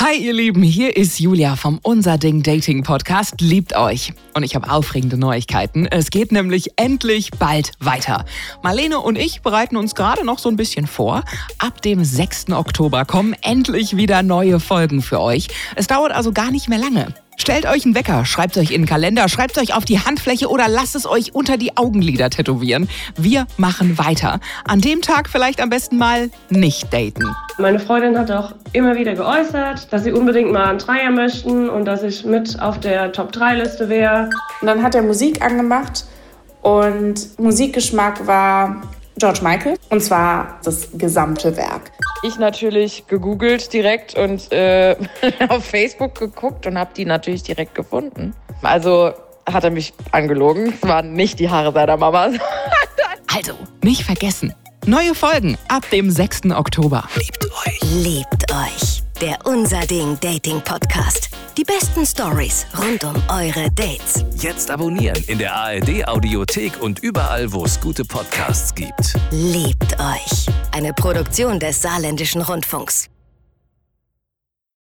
Hi ihr Lieben, hier ist Julia vom Unser Ding Dating Podcast. Liebt euch. Und ich habe aufregende Neuigkeiten. Es geht nämlich endlich bald weiter. Marlene und ich bereiten uns gerade noch so ein bisschen vor. Ab dem 6. Oktober kommen endlich wieder neue Folgen für euch. Es dauert also gar nicht mehr lange. Stellt euch einen Wecker, schreibt euch in den Kalender, schreibt euch auf die Handfläche oder lasst es euch unter die Augenlider tätowieren. Wir machen weiter. An dem Tag vielleicht am besten mal nicht daten. Meine Freundin hat auch immer wieder geäußert, dass sie unbedingt mal einen Dreier möchten und dass ich mit auf der Top-3-Liste wäre. Und dann hat er Musik angemacht und Musikgeschmack war George Michael, und zwar das gesamte Werk. Ich natürlich gegoogelt direkt und auf Facebook geguckt und habe die natürlich direkt gefunden. Also hat er mich angelogen. Es waren nicht die Haare seiner Mama. Also, nicht vergessen. Neue Folgen ab dem 6. Oktober. Liebt euch. Liebt euch. Der Unser Ding Dating Podcast. Die besten Stories rund um eure Dates. Jetzt abonnieren in der ARD Audiothek und überall, wo es gute Podcasts gibt. Liebt euch. Eine Produktion des Saarländischen Rundfunks.